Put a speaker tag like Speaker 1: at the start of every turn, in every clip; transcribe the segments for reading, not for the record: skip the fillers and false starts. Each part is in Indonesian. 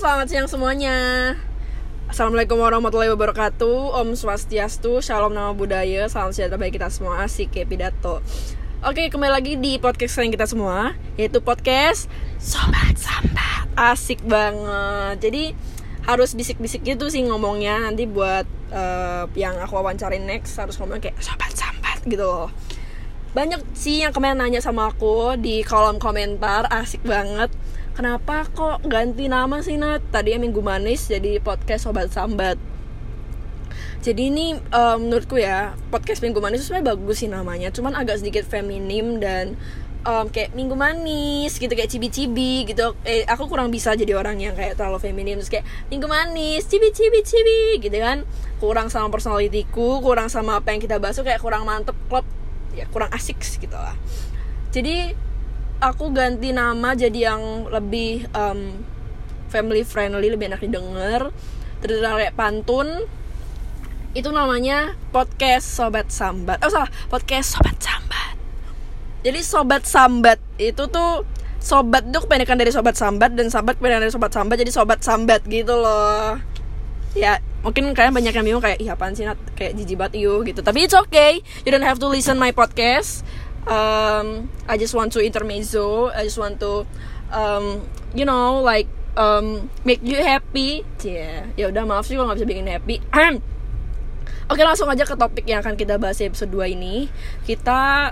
Speaker 1: selamat siang semuanya. Assalamualaikum warahmatullahi wabarakatuh. Om Swastiastu, Shalom Nama Budaya. Salam sejahtera bagi kita semua. Asik kayak pidato. Oke, kembali lagi di podcast yang kita semua, yaitu podcast Sobat Sambat. Asik banget. Jadi harus bisik-bisik gitu sih ngomongnya. Nanti buat yang aku wawancarin next harus ngomong kayak Sobat Sambat gitu loh. Banyak sih yang kemarin nanya sama aku di kolom komentar. Asik banget. Kenapa kok ganti nama sih Nat? Tadi Minggu Manis jadi podcast Sobat Sambat. Jadi ini menurutku ya, podcast Minggu Manis itu sebenarnya bagus sih namanya. Cuman agak sedikit feminim dan kayak Minggu Manis gitu, kayak cibi-cibi gitu. Aku kurang bisa jadi orang yang kayak terlalu feminim. Terus kayak Minggu Manis, cibi-cibi gitu kan. Kurang sama personalitiku, kurang sama apa yang kita bahas, kayak kurang mantep, klop. Ya kurang asik gitu lah. Jadi aku ganti nama jadi yang lebih family friendly, lebih enak didengar, terus kayak pantun. Itu namanya podcast Sobat Sambat. Podcast Sobat Sambat. Jadi Sobat Sambat itu tuh, sobat tuh kependekan dari Sobat Sambat, dan sambat kependekan dari Sobat Sambat, jadi Sobat Sambat gitu loh. Ya, mungkin kalian banyak yang bingung kayak, ih apaan sih Nat, kayak jijik banget gitu. Tapi it's okay, you don't have to listen my podcast. I just want to intermezzo. I just want to make you happy. Ya udah, maaf sih kalau nggak bisa bikin happy. Oke, langsung aja ke topik yang akan kita bahas episode 2 ini. Kita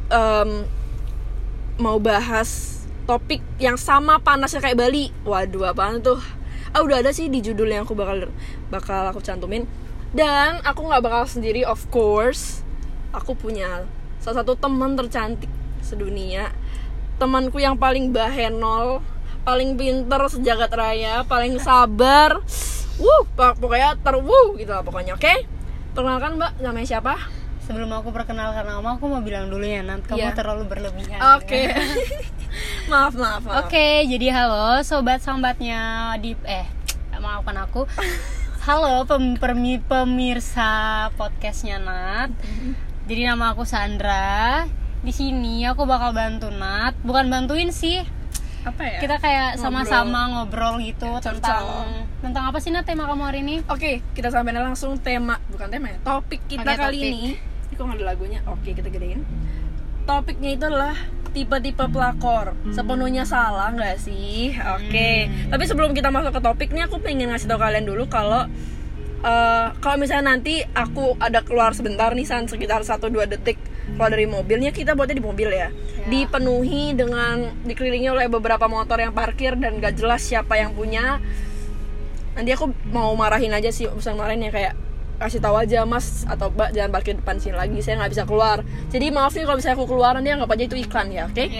Speaker 1: mau bahas topik yang sama panasnya kayak Bali. Waduh, apaan tuh? Udah ada sih di judul yang aku bakal aku cantumin. Dan aku nggak bakal sendiri, of course. Aku punya salah satu teman tercantik sedunia, temanku yang paling bahenol, paling pinter sejagat raya, paling sabar, pokoknya gitu lah pokoknya. Oke? Perkenalkan Mbak, namanya siapa?
Speaker 2: Sebelum aku perkenalkan nama, aku mau bilang dulu ya Nat, kamu terlalu berlebihan.
Speaker 1: Oke. Maaf.
Speaker 2: Oke, jadi halo sobat sambatnya maafkan aku. Halo pemirsa podcastnya Nat. Jadi nama aku Sandra. Di sini aku bakal bantu Nat, bukan bantuin sih. Apa ya? Kita kayak sama-sama ngobrol gitu tentang apa sih Nat, tema kamu hari ini?
Speaker 1: Oke, kita sampai langsung topik kita kali ini. Ini kok nggak ada lagunya? Oke, kita gedein. Topiknya itu adalah tipe-tipe pelakor. Sepenuhnya salah nggak sih? Oke. Tapi sebelum kita masuk ke topik nih, aku pengen ngasih tau kalian dulu kalau misalnya nanti aku ada keluar sebentar nih, sekitar 1-2 detik keluar dari mobilnya, kita buatnya di mobil ya. Dipenuhi dengan, dikelilingi oleh beberapa motor yang parkir dan gak jelas siapa yang punya. Nanti aku mau marahin aja sih, bukan marahin ya, kayak kasih tahu aja Mas atau Mbak jangan parkir depan sini lagi, saya nggak bisa keluar. Jadi maaf nih kalau misalnya aku keluar, nanti anggap aja itu iklan ya, oke?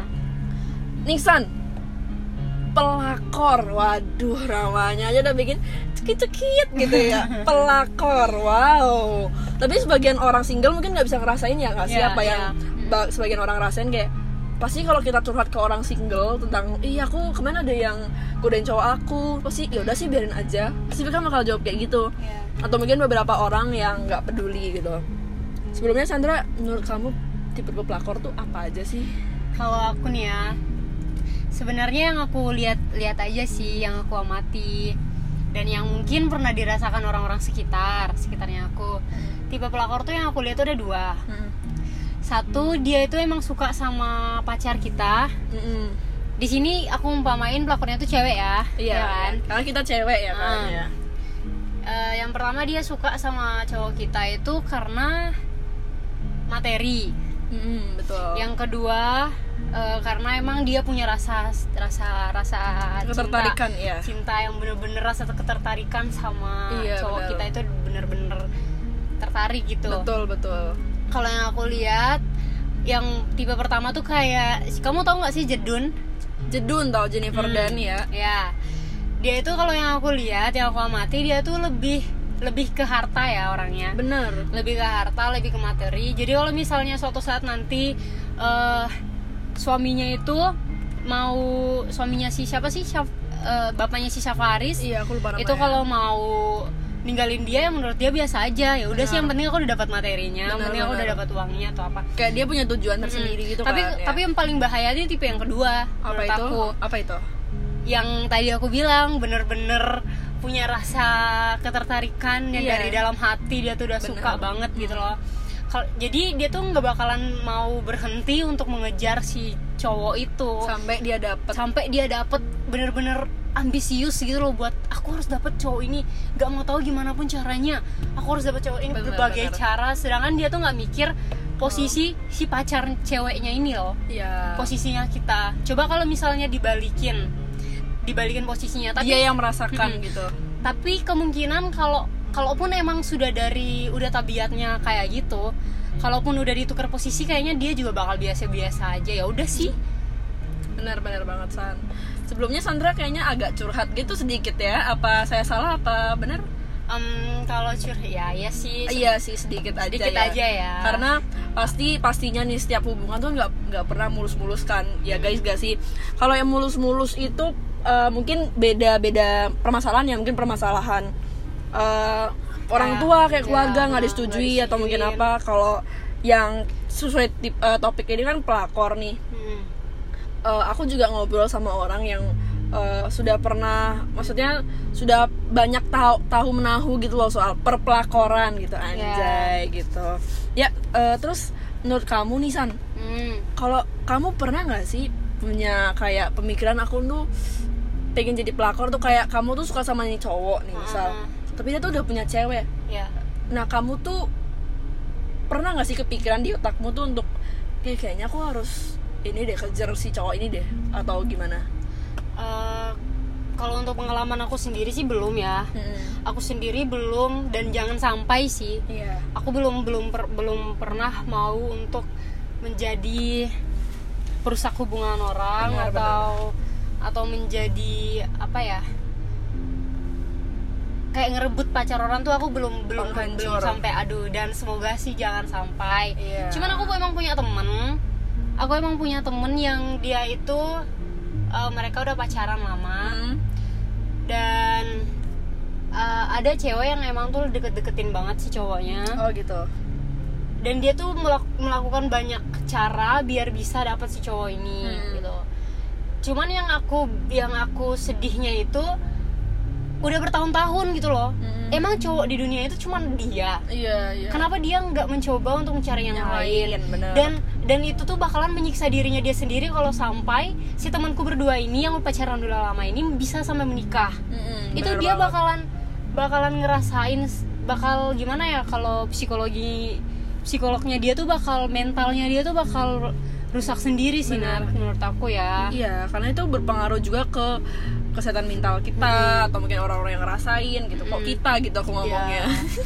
Speaker 1: Nixon pelakor, waduh namanya aja udah bikin cekit-cekit gitu ya. Pelakor, wow. Tapi sebagian orang single mungkin nggak bisa ngerasain ya, nggak siapa yang sebagian orang rasain kayak, pasti kalau kita curhat ke orang single tentang, aku kemana ada yang godain cowok aku, pasti ya udah sih biarin aja, pasti kan bakal jawab kayak gitu. Atau mungkin beberapa orang yang nggak peduli gitu. Sebelumnya Sandra, menurut kamu tipe pelakor tuh apa aja sih?
Speaker 2: Kalau aku nih ya, sebenarnya yang aku lihat aja sih, yang aku amati dan yang mungkin pernah dirasakan orang-orang sekitarnya aku. Tipe pelakor tuh yang aku lihat tuh ada 2. Satu, dia itu emang suka sama pacar kita. Di sini aku umpamain pelakornya tuh cewek ya.
Speaker 1: Iya kan? Karena kita cewek ya kan ya.
Speaker 2: Yang pertama, dia suka sama cowok kita itu karena materi.
Speaker 1: Betul.
Speaker 2: Yang kedua, karena emang dia punya rasa
Speaker 1: ketertarikan,
Speaker 2: cinta yang bener-bener rasa ketertarikan sama cowok kita itu bener-bener tertarik gitu.
Speaker 1: Betul.
Speaker 2: Kalau yang aku lihat, yang tipe pertama tuh kayak, kamu tahu nggak sih Jedun
Speaker 1: tau, Jennifer Dan ya.
Speaker 2: Dia itu kalau yang aku lihat, yang aku amati, dia tuh lebih ke harta ya orangnya.
Speaker 1: Bener.
Speaker 2: Lebih ke harta, lebih ke materi. Jadi kalau misalnya suatu saat nanti suaminya itu mau, suaminya si siapa sih, bapaknya si Syafaris,
Speaker 1: aku lupa namanya.
Speaker 2: Itu kalau mau ninggalin dia, yang menurut dia biasa aja, ya udah sih, yang penting aku udah dapat materinya, yang penting aku udah dapat uangnya atau apa.
Speaker 1: Kayak dia punya tujuan tersendiri gitu
Speaker 2: tapi,
Speaker 1: kan.
Speaker 2: Tapi yang paling bahaya dia tipe yang kedua.
Speaker 1: Apa itu?
Speaker 2: yang tadi aku bilang bener-bener punya rasa ketertarikan yang dari dalam hati, dia tuh udah suka banget gitu loh. Jadi dia tuh nggak bakalan mau berhenti untuk mengejar si cowok itu sampai dia dapet bener-bener ambisius gitu loh, buat aku harus dapet cowok ini, nggak mau tahu gimana pun caranya, aku harus dapet cowok ini berbagai cara. Sedangkan dia tuh nggak mikir posisi si pacar ceweknya ini loh, posisinya kita. Coba kalau misalnya dibalikin posisinya, tapi
Speaker 1: dia yang merasakan gitu.
Speaker 2: Tapi kemungkinan kalaupun emang udah tabiatnya kayak gitu, kalaupun udah ditukar posisi, kayaknya dia juga bakal biasa-biasa aja. Ya udah sih.
Speaker 1: Benar banget, San. Sebelumnya Sandra kayaknya agak curhat gitu sedikit ya. Apa saya salah apa benar?
Speaker 2: Kalau curhat ya sih.
Speaker 1: Iya sih, sedikit aja
Speaker 2: ya.
Speaker 1: Karena pastinya nih setiap hubungan tuh nggak pernah mulus-mulus kan. Ya guys, gak sih. Kalau yang mulus-mulus itu mungkin beda permasalahan ya, mungkin permasalahan orang tua kayak keluarga nggak disetujui atau mungkin apa. Kalau yang sesuai topik ini kan pelakor nih. Aku juga ngobrol sama orang yang sudah pernah, maksudnya sudah banyak tahu menahu gitu loh soal perpelakoran gitu, anjay gitu. Ya, terus menurut kamu nih San, kalau kamu pernah nggak sih punya kayak pemikiran aku tuh pengen jadi pelakor tuh, kayak kamu tuh suka sama nih cowok nih misal, tapi dia tuh udah punya cewek. Nah kamu tuh pernah nggak sih kepikiran di otakmu tuh untuk kayaknya aku harus ini deh kejar si cowok ini deh, atau gimana?
Speaker 2: Kalau untuk pengalaman aku sendiri sih belum ya. Aku sendiri belum, dan jangan sampai sih. Aku belum pernah mau untuk menjadi perusak hubungan orang. Atau menjadi apa ya, kayak ngerebut pacar orang tuh. Aku belum sampai dan semoga sih jangan sampai. Cuman aku emang punya temen yang dia itu mereka udah pacaran lama. Dan ada cewek yang emang tuh deket-deketin banget si cowoknya.
Speaker 1: Oh gitu.
Speaker 2: Dan dia tuh melakukan banyak cara biar bisa dapet si cowok ini gitu. Cuman yang aku sedihnya itu udah bertahun-tahun gitu loh. Emang cowok di dunia itu cuman dia. Kenapa dia nggak mencoba untuk mencari yang lain? Dan itu tuh bakalan menyiksa dirinya dia sendiri kalau sampai si temanku berdua ini yang pacaran udah lama ini bisa sampai menikah. Itu dia bakalan ngerasain, bakal gimana ya, kalau psikolognya dia tuh mentalnya dia tuh bakal rusak sendiri sih menurut aku ya.
Speaker 1: Iya, karena itu berpengaruh juga ke kesehatan mental kita, atau mungkin orang-orang yang ngerasain gitu. Kok kita gitu aku ngomongnya.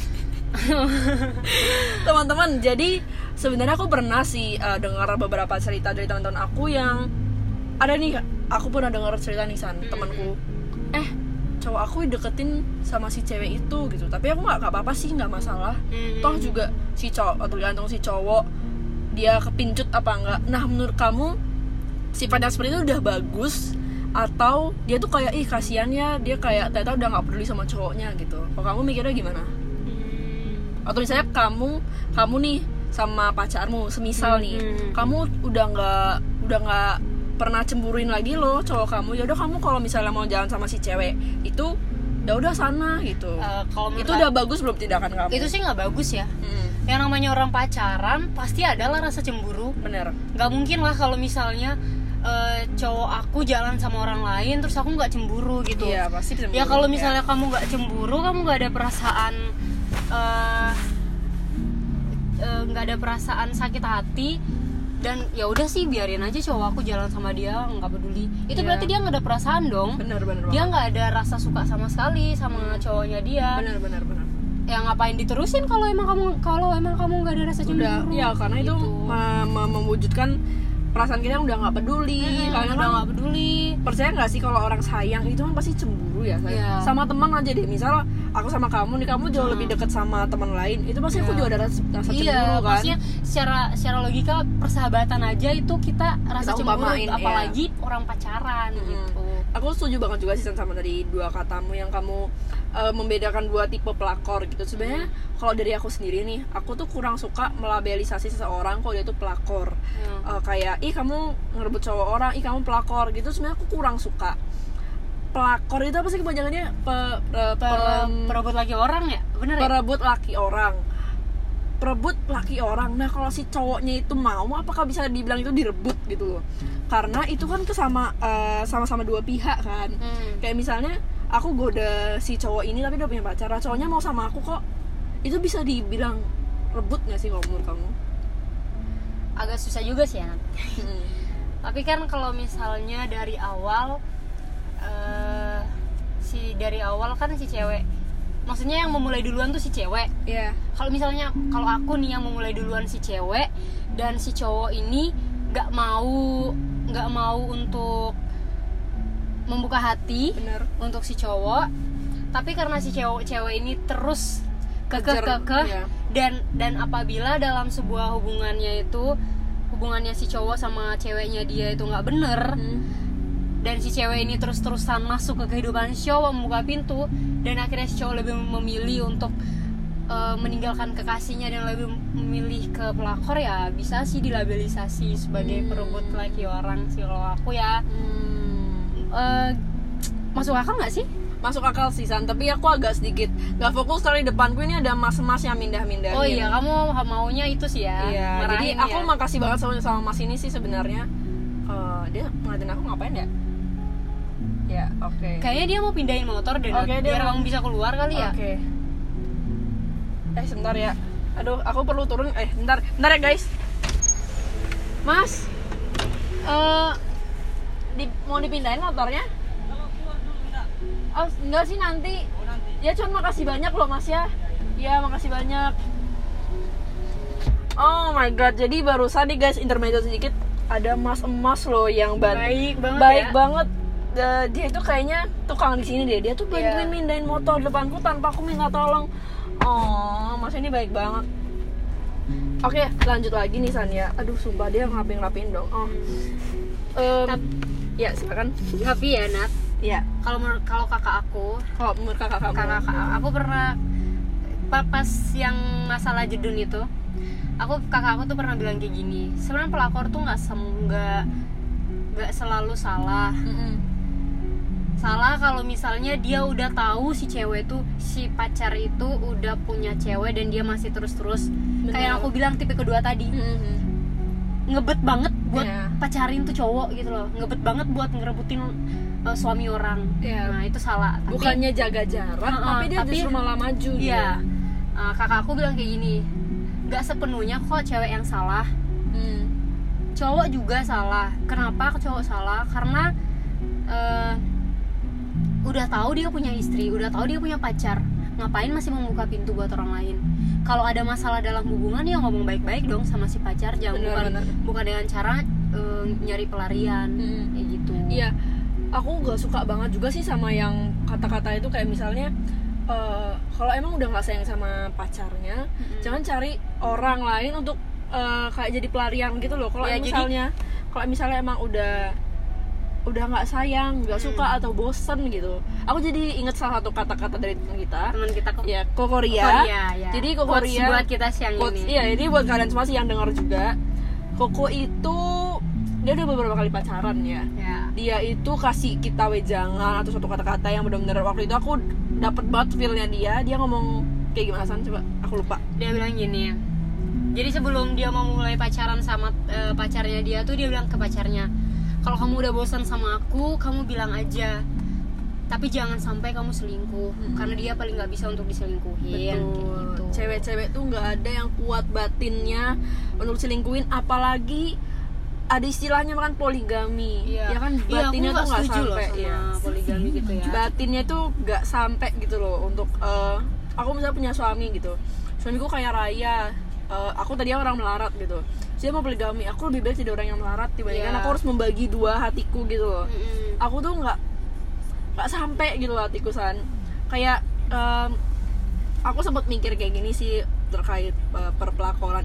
Speaker 1: Teman-teman, jadi sebenarnya aku pernah sih dengar beberapa cerita dari teman-teman aku yang ada nih. Aku pernah dengar cerita nih San, temanku, cowok aku deketin sama si cewek itu gitu, tapi aku nggak apa-apa sih, nggak masalah. Toh juga si cowok, atau tergantung si cowok dia kepincut apa enggak. Nah menurut kamu sifatnya seperti itu udah bagus, atau dia tuh kayak kasihan ya, dia kayak ternyata udah nggak peduli sama cowoknya gitu? Kalau kamu mikirnya gimana? Atau misalnya kamu nih sama pacarmu semisal nih, kamu udah nggak pernah cemburuin lagi loh cowok kamu, ya udah kamu kalau misalnya mau jalan sama si cewek itu ya udah sana gitu. Itu udah bagus belum tindakan kamu?
Speaker 2: Itu sih nggak bagus ya. Yang namanya orang pacaran pasti adalah rasa cemburu.
Speaker 1: Bener.
Speaker 2: Nggak mungkin lah kalau misalnya cowok aku jalan sama orang lain terus aku nggak cemburu gitu.
Speaker 1: Iya pasti cemburu.
Speaker 2: Ya kalau misalnya kamu nggak cemburu, kamu nggak ada perasaan sakit hati, dan ya udah sih biarin aja cowok aku jalan sama dia, nggak peduli. Itu berarti dia nggak ada perasaan dong.
Speaker 1: Bener
Speaker 2: dia nggak ada rasa suka sama sekali sama cowoknya dia.
Speaker 1: Bener.
Speaker 2: Ya ngapain diterusin kalau emang kamu nggak ada rasa cemburu?
Speaker 1: Ya karena itu mewujudkan perasaan kita yang udah nggak peduli.
Speaker 2: Karena udah nggak peduli.
Speaker 1: Percaya nggak sih kalau orang sayang itu kan pasti cemburu ya? Sama teman aja deh, misal aku sama kamu nih, kamu jauh lebih dekat sama teman lain, itu pasti aku juga ada rasa cemburu kan?
Speaker 2: Maksudnya secara logika persahabatan aja itu kita rasa cemburu, apalagi orang pacaran gitu.
Speaker 1: Aku setuju banget juga sih sama dari dua katamu yang kamu membedakan dua tipe pelakor gitu. Sebenarnya kalau dari aku sendiri nih, aku tuh kurang suka melabelisasi seseorang kalau dia tuh pelakor. Kayak kamu ngerebut cowok orang, kamu pelakor gitu. Sebenarnya aku kurang suka. pelakor itu apa sih kepanjangannya?
Speaker 2: Perebut laki orang ya, bener ya?
Speaker 1: Perebut laki orang. Nah kalau si cowoknya itu mau, apakah bisa dibilang itu direbut gitu loh? Karena itu kan sama-sama dua pihak kan. Kayak misalnya aku goda si cowok ini tapi udah punya pacar, cowoknya mau sama aku kok, itu bisa dibilang rebut nggak sih kalau menurut kamu?
Speaker 2: Agak susah juga sih ya. Tapi kan kalau misalnya dari awal kan si cewek, maksudnya yang memulai duluan tuh si cewek.
Speaker 1: Iya.
Speaker 2: Kalau aku nih yang memulai duluan si cewek, dan si cowok ini nggak mau untuk membuka hati.
Speaker 1: Bener.
Speaker 2: Untuk si cowok, tapi karena si cewek ini terus kekeh
Speaker 1: iya.
Speaker 2: dan apabila dalam sebuah hubungannya si cowok sama ceweknya dia itu nggak bener, dan si cewek ini terus-terusan masuk ke kehidupan si cowok, membuka pintu, dan akhirnya si cowok lebih memilih untuk meninggalkan kekasihnya dan lebih memilih ke pelakor, ya bisa sih dilabelisasi sebagai perebut laki orang sih kalau aku ya. Masuk akal nggak sih?
Speaker 1: Masuk akal sih San, tapi aku agak sedikit gak fokus karena di depanku ini ada mas-mas yang mindah-mindahin.
Speaker 2: Oh iya, kamu maunya itu sih ya.
Speaker 1: Iya, jadi aku
Speaker 2: ya.
Speaker 1: makasih banget sama mas ini sih sebenarnya. Dia ngeliatin aku ngapain ya? Ya, oke.
Speaker 2: Kayaknya dia mau pindahin motor deh, biar kamu bisa keluar kali ya.
Speaker 1: Oke. Sebentar ya. Aduh, aku perlu turun. Bentar ya guys. Mas, mau dipindahin motornya? Oh, enggak sih nanti. Ya cuman makasih banyak loh Mas ya. Ya makasih banyak. Oh my god, jadi barusan nih guys, intermezzo sedikit, ada mas emas loh yang baik banget. Dia itu kayaknya tukang di sini deh. Dia tuh bantuin mindahin motor depanku tanpa aku minta tolong. Oh, mas ini baik banget. Oke, lanjut lagi nih San ya. Aduh, sumpah dia ngapin dong. Ya silakan.
Speaker 2: Tapi ya Nat,
Speaker 1: ya
Speaker 2: kalau kakak aku,
Speaker 1: menurut kakak
Speaker 2: aku pernah pas yang masalah jedun itu, kakak aku tuh pernah bilang kayak gini, sebenarnya pelakor tuh nggak selalu salah. Salah kalau misalnya dia udah tahu si pacar itu udah punya cewek dan dia masih terus kayak aku bilang tipe kedua tadi. Ngebet banget buat pacarin tuh cowok gitu loh, ngebet banget buat ngerebutin suami orang. Nah itu salah.
Speaker 1: Bukannya jaga jarak, tapi dia justru malah maju.
Speaker 2: Iya. Kakak aku bilang kayak gini, nggak sepenuhnya kok cewek yang salah, cowok juga salah. Kenapa cowok salah? Karena udah tahu dia punya istri, udah tahu dia punya pacar, ngapain masih membuka pintu buat orang lain? Kalau ada masalah dalam hubungan ya ngomong baik-baik dong sama si pacar, jangan bukan dengan cara nyari pelarian kayak gitu.
Speaker 1: Iya, aku gak suka banget juga sih sama yang kata-kata itu, kayak misalnya kalau emang udah nggak sayang sama pacarnya, jangan cari orang lain untuk kayak jadi pelarian gitu loh. Kalau misalnya emang udah nggak sayang, nggak suka atau bosen gitu. Aku jadi inget salah satu kata-kata dari teman kita ya, Kokoria.
Speaker 2: Ya.
Speaker 1: Jadi Kokoria
Speaker 2: buat kita siang ini.
Speaker 1: Iya, ini buat kalian semua sih yang dengar juga. Koko itu dia udah beberapa kali pacaran ya. Dia itu kasih kita wejangan atau suatu kata-kata yang benar-benar waktu itu aku dapet banget feel-nya dia ngomong kayak gimana San? Coba aku lupa.
Speaker 2: Dia bilang gini ya. Jadi sebelum dia mau mulai pacaran sama pacarnya dia tuh, dia bilang ke pacarnya, kalau kamu udah bosan sama aku, kamu bilang aja. Tapi jangan sampai kamu selingkuh, karena dia paling nggak bisa untuk diselingkuhin.
Speaker 1: Betul.
Speaker 2: Gitu.
Speaker 1: Cewek-cewek tuh nggak ada yang kuat batinnya untuk selingkuhin, apalagi ada istilahnya kan poligami. Ya kan batinnya tuh nggak sampai
Speaker 2: poligami gitu ya.
Speaker 1: Batinnya tuh nggak sampai gitu loh untuk aku misalnya punya suami gitu. Suamiku kayak raya. Aku tadinya orang melarat gitu. Dia mau poligami, aku lebih baik jadi orang yang melarat dibandingkan aku harus membagi dua hatiku gitu loh. Aku tuh nggak sampai gitu loh hatiku San. Kayak aku sempat mikir kayak gini sih terkait perpelakoran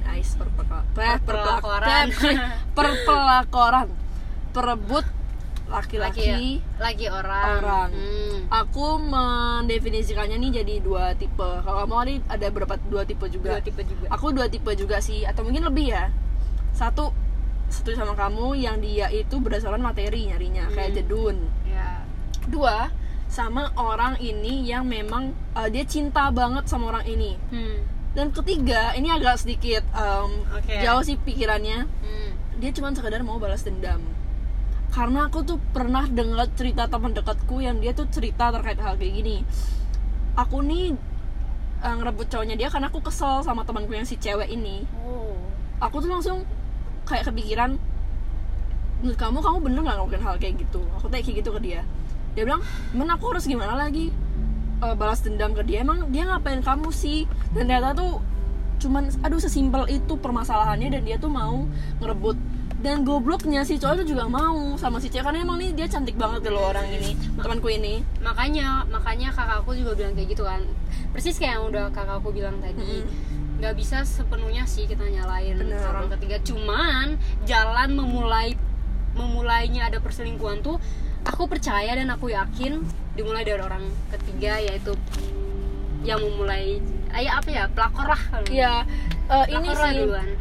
Speaker 1: perebut laki-laki orang. Aku mendefinisikannya nih jadi dua tipe. Kalau kamu ada dua tipe juga. Aku dua tipe juga sih, atau mungkin lebih ya. Satu sama kamu yang dia itu berdasarkan materi nyarinya, kayak jedun. Dua, sama orang ini yang memang dia cinta banget sama orang ini. Dan ketiga, ini agak sedikit jauh sih pikirannya. Dia cuma sekedar mau balas dendam. Karena aku tuh pernah dengar cerita teman dekatku yang dia tuh cerita terkait hal kayak gini. Aku nih ngerebut cowoknya dia karena aku kesel sama temanku yang si cewek ini. Aku tuh langsung kayak kepikiran, menurut kamu bener nggak ngelakuin hal kayak gitu? Aku tanya kayak gitu ke dia. Dia bilang, "Men, aku harus gimana lagi? Balas dendam ke dia, emang dia ngapain kamu sih?" Dan ternyata tuh cuman sesimpel itu permasalahannya, dan dia tuh mau ngerebut. Dan gobloknya si cowok itu juga mau sama si cewek karena emang nih dia cantik banget loh orang ini, temanku ini.
Speaker 2: Makanya kakakku juga bilang kayak gitu kan, persis kayak yang udah kakakku bilang tadi. Nggak bisa sepenuhnya sih kita nyalain orang ketiga, cuman jalan memulainya ada perselingkuhan tuh aku percaya dan aku yakin dimulai dari orang ketiga, yaitu yang memulai pelakor lah.
Speaker 1: Iya, ini sih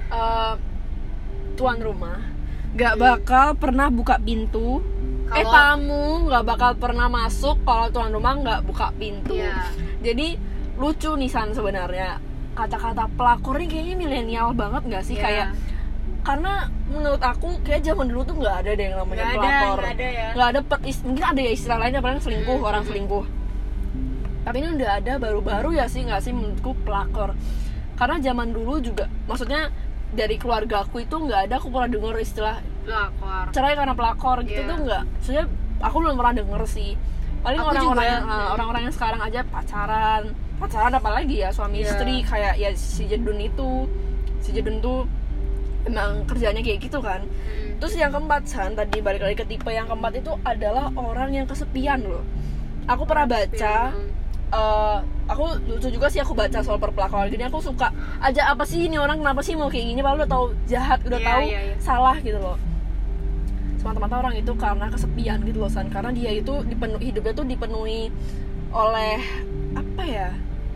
Speaker 1: tuan rumah nggak bakal pernah buka pintu. Tamu nggak bakal pernah masuk kalau tuan rumah nggak buka pintu. Jadi lucu nih San, sebenarnya kata-kata pelakor ini kayaknya milenial banget nggak sih? Kayak karena menurut aku kayak zaman dulu tuh nggak ada deh yang namanya pelakor. Nggak ada mungkin ada ya istilah lainnya, paling selingkuh, orang selingkuh. Tapi ini udah ada baru-baru ya sih, nggak sih menurutku pelakor. Karena zaman dulu juga, maksudnya dari keluarga aku itu nggak ada aku pernah denger istilah
Speaker 2: pelakor,
Speaker 1: cerai karena pelakor gitu tuh nggak. Maksudnya aku belum pernah denger sih. Paling orang-orang yang sekarang aja pacaran apalagi ya suami istri, kayak ya si Jedun tuh emang kerjanya kayak gitu kan. Terus yang keempat San, tadi balik lagi ke tipe yang keempat itu adalah orang yang kesepian loh. Aku pernah baca, aku lucu juga sih, aku baca soal perpelakuan gini, aku suka aja apa sih ini orang kenapa sih mau kayak gini, padahal udah tahu jahat, udah tahu salah gitu loh. Semata-mata orang itu karena kesepian gitu loh San, karena dia itu hidupnya tuh dipenuhi oleh apa ya,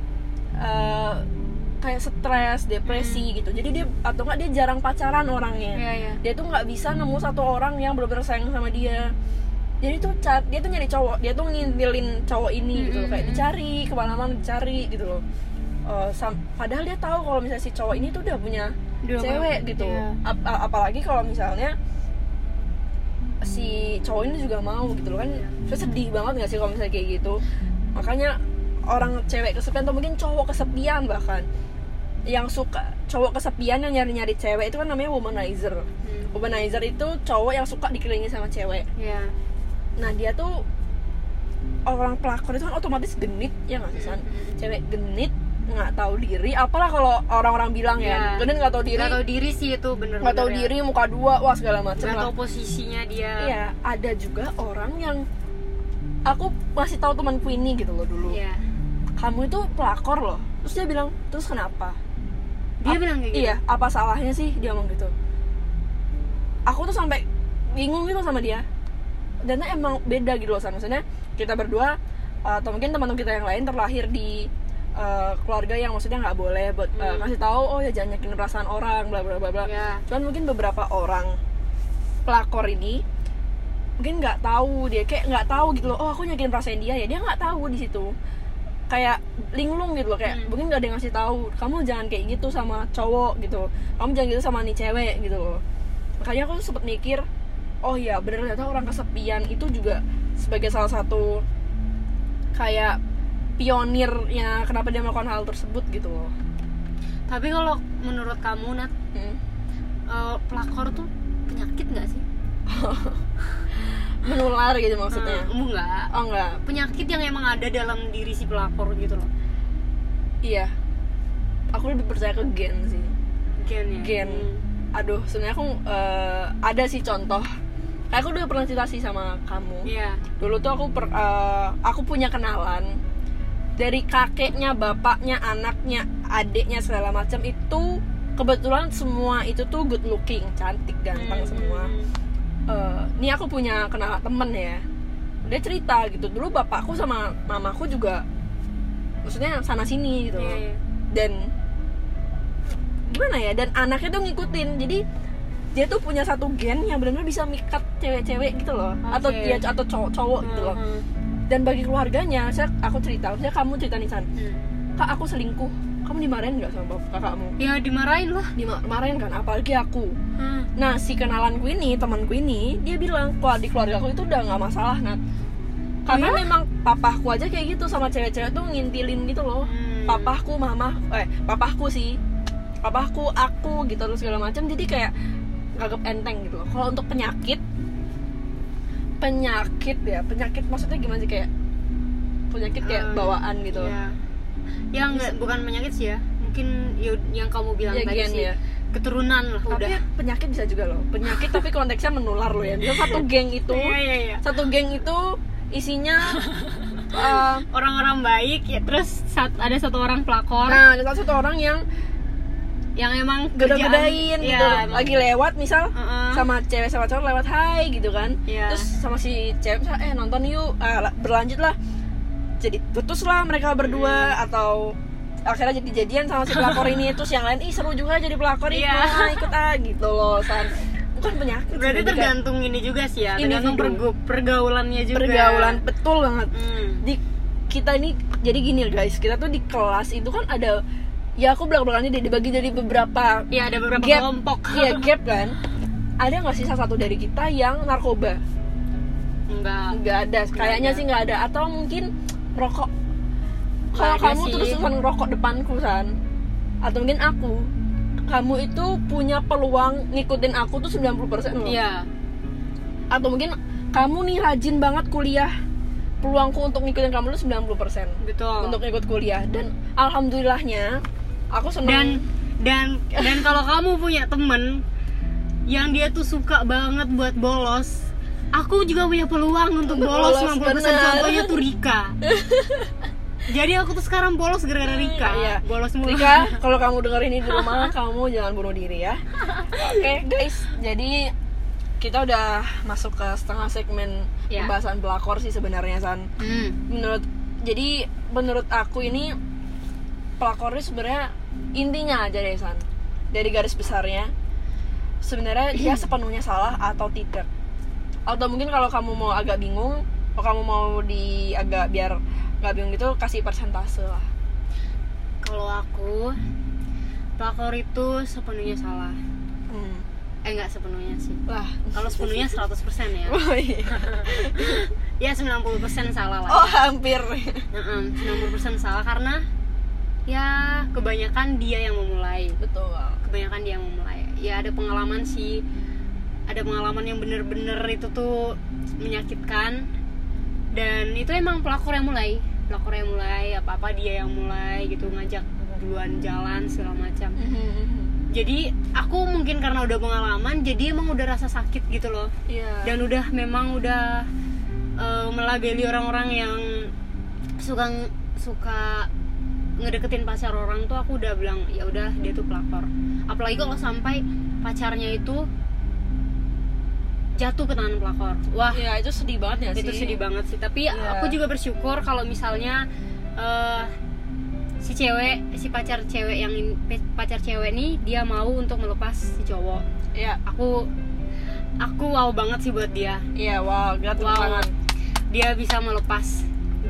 Speaker 1: kayak stres, depresi gitu. Jadi dia atau nggak dia jarang pacaran orangnya. Dia tuh nggak bisa nemu satu orang yang benar-benar sayang sama dia. Jadi tuh dia tuh nyari cowok, dia tuh ngintilin cowok ini gitu loh, kayak dicari kemana-mana, dicari gitu loh. Padahal dia tahu kalau misalnya si cowok ini tuh udah punya cewek gitu. Apalagi kalau misalnya si cowok ini juga mau gitu loh kan. Sedih banget nggak sih kalau misalnya kayak gitu. Makanya orang cewek kesepian atau mungkin cowok kesepian, bahkan yang suka cowok kesepian yang nyari-nyari cewek itu kan namanya womanizer. Womanizer itu cowok yang suka dikelilingi sama cewek. Nah dia tuh orang pelakor itu kan otomatis genit ya nggak sih San? Cewek genit, nggak tahu diri, apalah kalau orang-orang bilang ya genit nggak tahu diri
Speaker 2: sih, itu bener
Speaker 1: nggak tahu diri, muka dua, wah segala macam,
Speaker 2: nggak tahu posisinya dia.
Speaker 1: Iya, ada juga orang yang aku masih tahu temanku ini gitu loh dulu, kamu itu pelakor loh, terus dia bilang, terus kenapa?
Speaker 2: Dia bilang kayak gitu?
Speaker 1: Iya, apa salahnya sih dia ngomong gitu? Aku tuh sampai bingung gitu sama dia. Dan emang beda gitu loh, maksudnya kita berdua atau mungkin teman-teman kita yang lain terlahir di keluarga yang maksudnya nggak boleh buat kasih tahu, oh ya jangan nyakitin perasaan orang, bla bla bla bla. Cuman mungkin beberapa orang pelakor ini mungkin nggak tahu, dia kayak nggak tahu gitu loh, oh aku nyakitin perasaan dia nggak tahu di situ, kayak linglung gitu loh, kayak mungkin nggak ada yang ngasih tahu, kamu jangan kayak gitu sama cowok gitu, kamu jangan gitu sama nih cewek gitu loh. Makanya aku sempet mikir, oh iya bener, ternyata orang kesepian itu juga sebagai salah satu kayak pionirnya kenapa dia melakukan hal tersebut gitu loh.
Speaker 2: Tapi kalau menurut kamu Nat, pelakor tuh penyakit nggak sih?
Speaker 1: Menular gitu maksudnya?
Speaker 2: Enggak.
Speaker 1: Oh enggak.
Speaker 2: Penyakit yang emang ada dalam diri si pelakor gitu loh.
Speaker 1: Iya. Aku lebih percaya ke gen sih. Gen. Aduh, sebenarnya aku ada sih contoh. Kayak aku udah pernah cerita sih sama kamu. Dulu tuh aku punya kenalan dari kakeknya, bapaknya, anaknya, adiknya segala macam itu kebetulan semua itu tuh good looking, cantik, ganteng semua. Nih aku punya kenalan temen ya. Dia cerita gitu, dulu bapakku sama mamaku juga maksudnya sana sini gitu. Dan gimana ya, dan anaknya tuh ngikutin, jadi dia tuh punya satu gen yang benar-benar bisa mikat cewek-cewek gitu loh, atau dia atau cowok-cowok gitu loh. Dan bagi keluarganya, aku cerita, misalnya kamu cerita nih San, kak aku selingkuh, kamu dimarahin nggak sama kakakmu?
Speaker 2: Ya dimarahin lah.
Speaker 1: Dimarahin kan, apalagi aku. Nah si kenalanku ini, temanku ini, dia bilang kalau di keluarga aku itu udah nggak masalah Nat. Karena memang papahku aja kayak gitu sama cewek-cewek tuh ngintilin gitu loh. Papahku, papahku, aku gitu terus segala macam. Jadi kayak anggap enteng gitu loh. Kalau untuk penyakit maksudnya gimana sih, kayak penyakit kayak bawaan gitu.
Speaker 2: Ya enggak, bukan penyakit sih ya. Mungkin yang kamu bilang tadi
Speaker 1: gen,
Speaker 2: sih.
Speaker 1: Ya.
Speaker 2: Keturunan lah
Speaker 1: tapi
Speaker 2: udah.
Speaker 1: Penyakit bisa juga loh. Penyakit tapi konteksnya menular loh ya. Misal satu geng itu satu geng itu isinya
Speaker 2: orang-orang baik ya, terus ada satu orang pelakor.
Speaker 1: Nah, ada satu orang yang
Speaker 2: emang
Speaker 1: gede-gedein gitu. Lagi lewat misal sama cewek sama cowok lewat hai gitu kan. Terus sama si cewek misal, nonton yuk, berlanjut lah. Jadi putus lah mereka berdua atau akhirnya jadi jadian sama si pelakor ini. Terus yang lain seru juga jadi pelakor, ikut gitu loh San. Bukan penyakit.
Speaker 2: Berarti tergantung ini juga sih ya, tergantung pergaulannya juga.
Speaker 1: Pergaulan, betul banget. Di kita ini jadi gini guys, kita tuh di kelas itu kan ada, ya aku belakang-belakangnya dibagi dari beberapa.
Speaker 2: Iya, ada beberapa
Speaker 1: gap,
Speaker 2: kelompok.
Speaker 1: Iya, gap kan. Ada nggak sih salah satu dari kita yang narkoba? Nggak ada. Kayaknya sih nggak ada. Atau mungkin rokok. Kalau kamu terus-terusan ngerokok depanku San, atau mungkin kamu itu punya peluang ngikutin aku tuh 90% loh.
Speaker 2: Iya.
Speaker 1: Atau mungkin kamu nih rajin banget kuliah, peluangku untuk ngikutin kamu tuh 90%.
Speaker 2: Betul.
Speaker 1: Untuk ngikut kuliah. Dan alhamdulillahnya aku senang.
Speaker 2: Dan kalau kamu punya temen yang dia tuh suka banget buat bolos, aku juga punya peluang untuk bolos 90%. Contohnya tuh Rika. Jadi aku tuh sekarang bolos gara-gara Rika. Bolos mulu.
Speaker 1: Rika, kalau kamu denger ini di rumah, kamu jangan bunuh diri ya. Oke, guys. Jadi kita udah masuk ke setengah segmen pembahasan pelakor sih sebenarnya San. Menurut aku ini pelakor ini sebenarnya intinya aja deh San. Dari garis besarnya sebenarnya dia sepenuhnya salah atau tidak. Atau mungkin kalau kamu mau agak bingung, kalau kamu mau biar nggak bingung gitu, kasih persentase lah.
Speaker 2: Kalau aku, pelakor itu sepenuhnya salah. Nggak sepenuhnya sih. Kalau sepenuhnya 100% ya.
Speaker 1: Oh, iya.
Speaker 2: Ya 90% salah lah.
Speaker 1: Oh hampir.
Speaker 2: 90% salah karena ya kebanyakan dia yang memulai.
Speaker 1: Betul.
Speaker 2: Kebanyakan dia yang memulai. Ya ada pengalaman sih. Ada pengalaman yang bener-bener itu tuh menyakitkan. Dan itu emang pelakor yang mulai, apa-apa dia yang mulai gitu, ngajak duluan jalan segala macam. Jadi aku mungkin karena udah pengalaman, jadi emang udah rasa sakit gitu loh. Dan udah melabeli orang-orang yang suka ngedeketin pacar orang tuh, aku udah bilang ya udah dia tuh pelakor. Apalagi kalau sampai pacarnya itu jatuh ke tangan pelakor. Wah,
Speaker 1: ya itu sedih banget ya sih.
Speaker 2: Itu sedih banget sih. Tapi aku juga bersyukur kalau misalnya si pacar cewek nih dia mau untuk melepas si cowok.
Speaker 1: Iya.
Speaker 2: Aku wow banget sih buat dia.
Speaker 1: Iya, wow banget.
Speaker 2: Dia bisa melepas.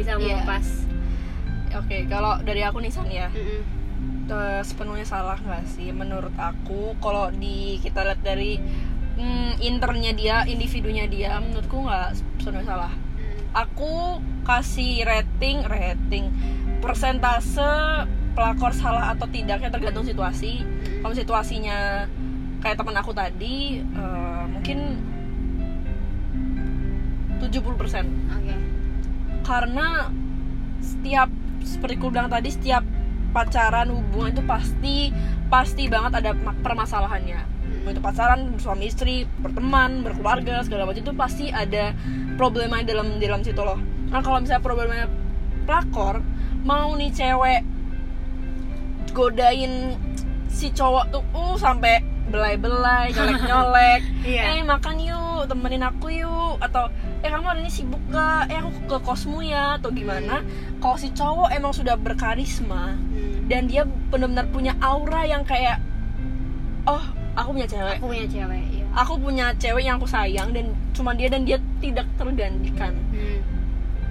Speaker 1: Oke, kalau dari aku nih San ya. Sepenuhnya salah nggak sih menurut aku? Kalau kita lihat dari internya dia, individunya dia, menurutku nggak sepenuhnya salah. Aku kasih rating persentase pelakor salah atau tidaknya tergantung situasi. Kalau situasinya kayak teman aku tadi, mungkin 70%. Karena seperti aku bilang tadi, setiap pacaran, hubungan itu pasti banget ada permasalahannya. Itu pacaran, suami istri, berteman, berkeluarga, segala macam itu pasti ada problema dalam situ loh. Nah kalau misalnya problemanya pelakor, mau nih cewek godain si cowok tuh sampai belai-belai, nyolek-nyolek, makan yuk, temenin aku yuk, atau kamu hari ini sibuk gak? Aku ke kosmu ya, atau gimana. Kalau si cowok emang sudah berkarisma dan dia benar-benar punya aura yang kayak, aku punya cewek,
Speaker 2: iya.
Speaker 1: Aku punya cewek yang aku sayang dan cuma dia, dan dia tidak tergantikan.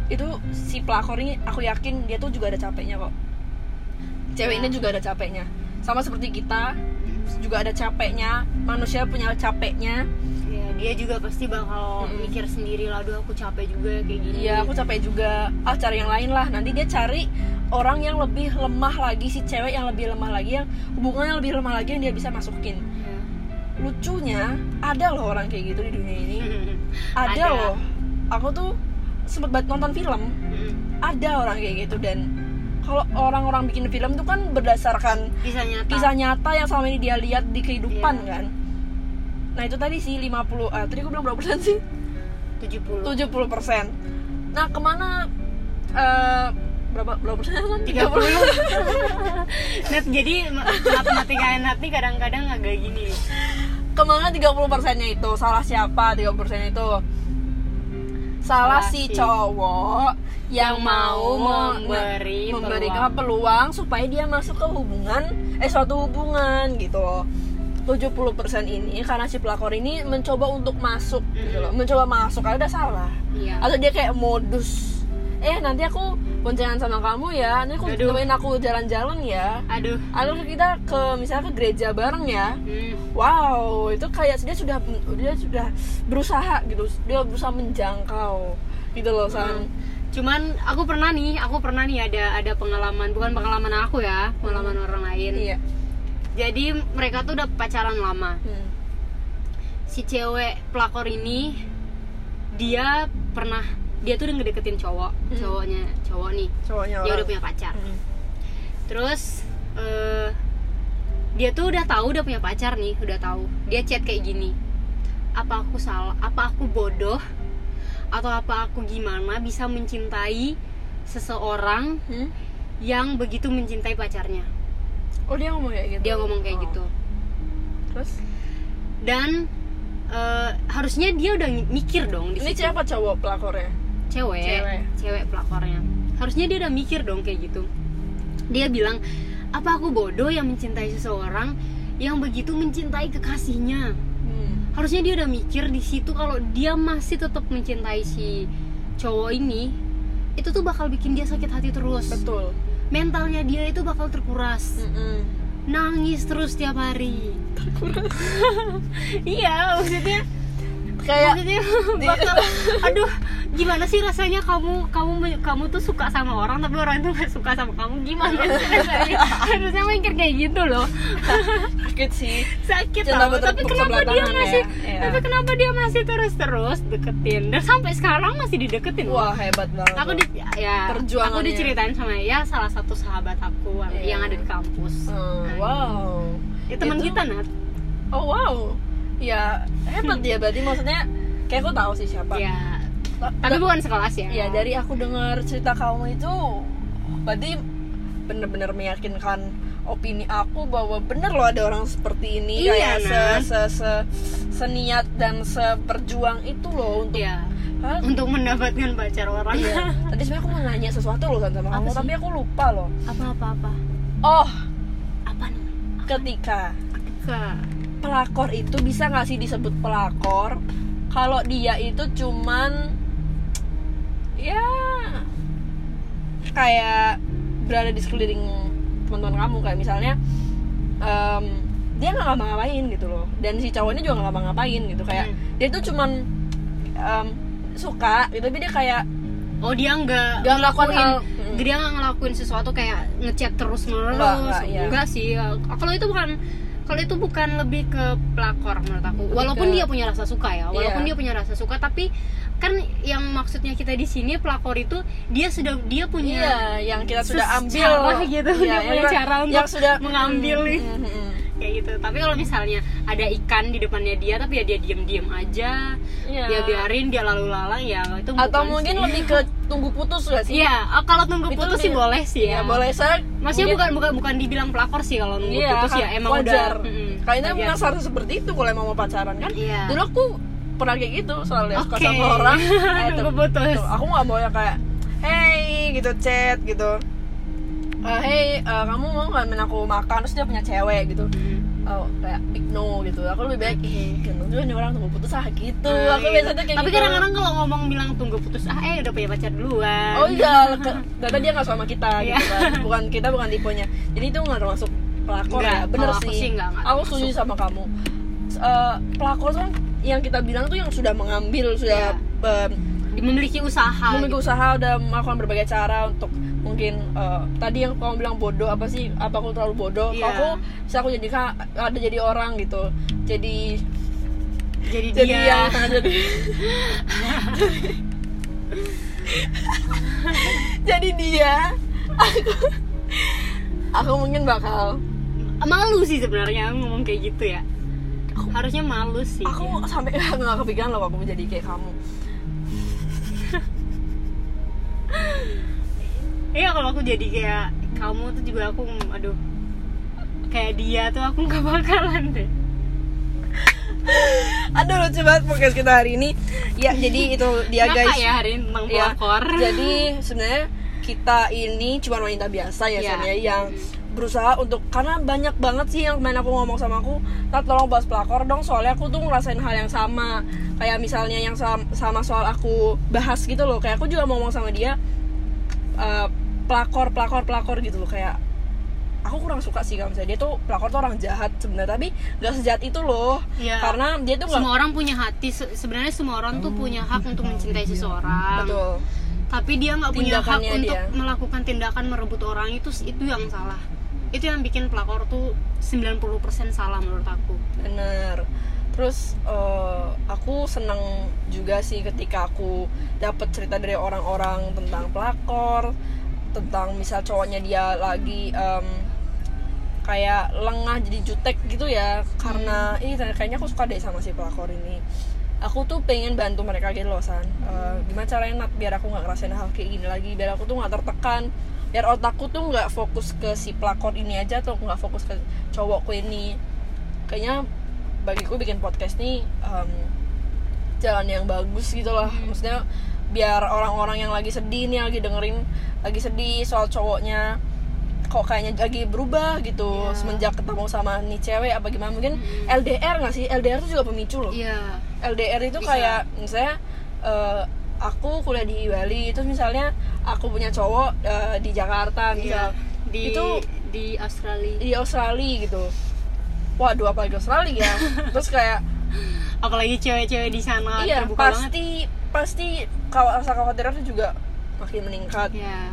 Speaker 1: itu si pelakor ini aku yakin dia tuh juga ada capeknya kok. Cewek ini juga ada capeknya. Sama seperti kita juga ada capeknya. Manusia punya capeknya.
Speaker 2: Ya, dia juga pasti bakal mikir sendiri lah, aduh aku capek juga kayak gini.
Speaker 1: Iya, aku capek juga. Cari yang lain lah. Nanti dia cari orang yang lebih lemah lagi, si cewek yang lebih lemah lagi, yang hubungannya lebih lemah lagi yang dia bisa masukin.
Speaker 2: Ya.
Speaker 1: Lucunya ada loh orang kayak gitu di dunia ini. Ada loh. Aku tuh sempet nonton film. Ada orang kayak gitu. Dan kalau orang-orang bikin film tuh kan berdasarkan kisah nyata yang selama ini dia lihat di kehidupan kan. Nah itu tadi sih 50, tadi aku bilang berapa persen sih? 70%. Nah kemana berapa persen kan?
Speaker 2: 30. Nah, jadi matematika Nat nih kadang-kadang agak gini.
Speaker 1: Kemana 30%-nya itu? Salah siapa 30%-nya itu? Salah si cowok yang mau memberikan peluang supaya dia masuk ke suatu hubungan gitu loh. 70% ini karena si pelakor ini mencoba untuk masuk gitu loh. Mencoba masuk, karena udah salah. Atau dia kayak modus. Nanti aku boncengan sama kamu ya. Nanti aku temenin aku jalan-jalan ya. Atau kita misalnya ke gereja bareng ya. Wow, itu kayak dia sudah berusaha gitu. Dia berusaha menjangkau gitu loh, San.
Speaker 2: Cuman aku pernah nih ada pengalaman, bukan pengalaman aku ya, pengalaman orang lain.
Speaker 1: Iya.
Speaker 2: Jadi mereka tuh udah pacaran lama. Si cewek pelakor ini dia tuh udah ngedeketin cowoknya dia udah punya pacar. Terus dia tuh udah punya pacar nih, udah tahu. Dia chat kayak gini, apa aku salah, apa aku bodoh, atau apa aku gimana bisa mencintai seseorang yang begitu mencintai pacarnya.
Speaker 1: Oh, dia ngomong kayak gitu?
Speaker 2: Dia ngomong kayak gitu.
Speaker 1: Terus? Dan
Speaker 2: harusnya dia udah mikir dong di
Speaker 1: situ. Ini siapa cowok pelakornya?
Speaker 2: Cewek pelakornya. Harusnya dia udah mikir dong kayak gitu. Dia bilang, apa aku bodoh yang mencintai seseorang yang begitu mencintai kekasihnya? Harusnya dia udah mikir di situ kalau dia masih tetap mencintai si cowok ini, itu tuh bakal bikin dia sakit hati terus.
Speaker 1: Betul.
Speaker 2: Mentalnya dia itu bakal terkuras. Nangis terus tiap hari.
Speaker 1: Terkuras.
Speaker 2: Iya, maksudnya bakal aduh, gimana sih rasanya kamu tuh suka sama orang tapi orang itu nggak suka sama kamu, gimana sih rasanya? Harusnya mikir kayak gitu loh. Sakit tau. Tapi kenapa dia masih terus deketin, dan sampai sekarang masih dideketin.
Speaker 1: Wah, hebat banget.
Speaker 2: Aku diceritain sama salah satu sahabat aku yang ada di kampus.
Speaker 1: Wow.
Speaker 2: Ya teman kita, Nat.
Speaker 1: Oh wow. Ya hebat dia, berarti maksudnya kayak aku tahu sih siapa.
Speaker 2: Ya. Tapi bukan sekelas ya.
Speaker 1: Ya, dari aku dengar cerita kamu itu berarti bener-bener meyakinkan opini aku bahwa bener loh ada orang seperti ini.
Speaker 2: Iya,
Speaker 1: kayak seniat dan seperjuang itu loh
Speaker 2: untuk mendapatkan pacar orang.
Speaker 1: Iya. Tadi sebenarnya aku mau nanya sesuatu loh kan sama kamu, tapi aku lupa loh.
Speaker 2: Apa?
Speaker 1: Oh,
Speaker 2: apa nih?
Speaker 1: Ketika pelakor itu bisa nggak sih disebut pelakor kalau dia itu cuman ya kayak berada di sekeliling teman-teman kamu, kayak misalnya dia nggak ngapa-ngapain gitu loh, dan si cowoknya juga nggak ngapa-ngapain gitu, kayak dia tuh cuman suka gitu, tapi dia kayak
Speaker 2: dia nggak ngelakuin sesuatu kayak ngechat terus enggak sih. Kalau itu bukan lebih ke pelakor menurut aku. Walaupun dia punya rasa suka ya, dia punya rasa suka, tapi kan yang maksudnya kita di sini pelakor itu dia punya
Speaker 1: yang kita sudah ambil
Speaker 2: gitu, dia punya cara untuk
Speaker 1: sudah
Speaker 2: mengambil kayak gitu. Tapi kalau misalnya ada ikan di depannya dia tapi ya dia diem aja, ya biarin dia lalu lalang, ya itu bukan.
Speaker 1: Atau mungkin lebih ke tunggu putus gak sih?
Speaker 2: Iya, kalau tunggu putus sih boleh sih ya.
Speaker 1: Boleh sih.
Speaker 2: Maksudnya bukan dibilang pelakor sih kalau nunggu putus ya, emang
Speaker 1: wajar.
Speaker 2: Udah
Speaker 1: kayaknya memang harus seperti itu kalau mau pacaran kan.
Speaker 2: Dulu
Speaker 1: aku pernah kayak gitu, soalnya suka sama orang
Speaker 2: nunggu putus.
Speaker 1: Aku nggak mau ya kayak hey gitu, chat gitu, hey kamu mau nggak main aku makan, terus dia punya cewek gitu. kayak big no gitu. Aku lebih baik gendong juga nih orang tunggu putus gitu. Aku
Speaker 2: Iya.
Speaker 1: biasanya kayak
Speaker 2: Tapi
Speaker 1: gitu.
Speaker 2: kadang-kadang kalau ngomong bilang tunggu putus udah punya pacar duluan.
Speaker 1: Oh iya, ternyata dia nggak sama kita
Speaker 2: Iya.
Speaker 1: gitu kan. Bukan tipenya. Jadi itu nggak termasuk pelakor
Speaker 2: Enggak,
Speaker 1: ya. Bener
Speaker 2: kalau aku
Speaker 1: sih.
Speaker 2: sih nggak
Speaker 1: Aku setuju
Speaker 2: termasuk.
Speaker 1: sama kamu. Pelakor tuh kan yang kita bilang tuh yang sudah mengambil, sudah
Speaker 2: Memiliki usaha.
Speaker 1: memiliki usaha, udah melakukan berbagai cara untuk mungkin tadi yang kamu bilang bodoh apa aku terlalu bodoh.
Speaker 2: Iya.
Speaker 1: Kalau aku bisa aku jadi orang gitu. Jadi
Speaker 2: Jadi
Speaker 1: dia
Speaker 2: dia.
Speaker 1: jadi dia aku mungkin bakal
Speaker 2: Malu sih sebenarnya ngomong kayak gitu ya. Harusnya malu sih.
Speaker 1: aku sampai nggak kepikiran loh aku menjadi kayak kamu.
Speaker 2: Iya, kalau aku jadi kayak kamu tuh juga aku kayak dia tuh aku nggak bakalan deh.
Speaker 1: Aduh lucu banget podcast kita hari ini ya. Jadi itu dia
Speaker 2: Kenapa
Speaker 1: guys
Speaker 2: ya hari ini tentang
Speaker 1: ya,
Speaker 2: pelakor.
Speaker 1: jadi sebenarnya kita ini cuma wanita biasa ya
Speaker 2: Iya.
Speaker 1: San, ya, yang berusaha untuk, karena banyak banget sih yang kemarin aku ngomong sama aku, tolong bahas pelakor dong, soalnya aku tuh ngerasain hal yang sama kayak misalnya yang sama soal aku bahas gitu loh. Kayak aku juga mau ngomong sama dia pelakor gitu loh, kayak aku kurang suka sih kalau misalnya dia tuh pelakor tuh orang jahat sebenarnya, tapi nggak sejahat itu loh.
Speaker 2: Iya.
Speaker 1: Karena dia tuh nggak,
Speaker 2: Semua orang punya hati. Sebenarnya semua orang tuh punya hak untuk mencintai seseorang.
Speaker 1: betul,
Speaker 2: Tapi dia nggak punya hak
Speaker 1: Tindakannya
Speaker 2: untuk
Speaker 1: dia.
Speaker 2: melakukan tindakan merebut orang. Itu yang salah. Itu yang bikin pelakor tuh 90% salah menurut aku.
Speaker 1: bener. Terus aku seneng juga sih ketika aku dapet cerita dari orang-orang tentang pelakor, tentang misal cowoknya dia lagi kayak lengah jadi jutek gitu ya, karena ini kayaknya aku suka deh sama si pelakor ini. Aku tuh pengen bantu mereka gitu loh San. Gimana caranya Nat biar aku nggak ngerasain hal kayak gini lagi, biar aku tuh nggak tertekan, biar otakku tuh nggak fokus ke si pelakor ini aja, atau nggak fokus ke cowokku ini. Kayaknya bagiku bikin podcast nih jalan yang bagus gitu lah. Maksudnya biar orang-orang yang lagi sedih nih, lagi sedih soal cowoknya kok kayaknya lagi berubah gitu semenjak ketemu sama nih cewek apa gimana, mungkin LDR nggak sih? LDR tuh juga pemicu loh.
Speaker 2: Iya.
Speaker 1: LDR itu
Speaker 2: Bisa.
Speaker 1: kayak misalnya aku kuliah di Bali, terus misalnya aku punya cowok di Jakarta misal,
Speaker 2: di Australia.
Speaker 1: di Australia gitu. Waduh, apalagi Australia ya. Terus kayak
Speaker 2: Apalagi cewek-cewek di sana
Speaker 1: iya,
Speaker 2: terbuka banget.
Speaker 1: pasti kalau rasa khawatir itu juga makin meningkat.
Speaker 2: Iya.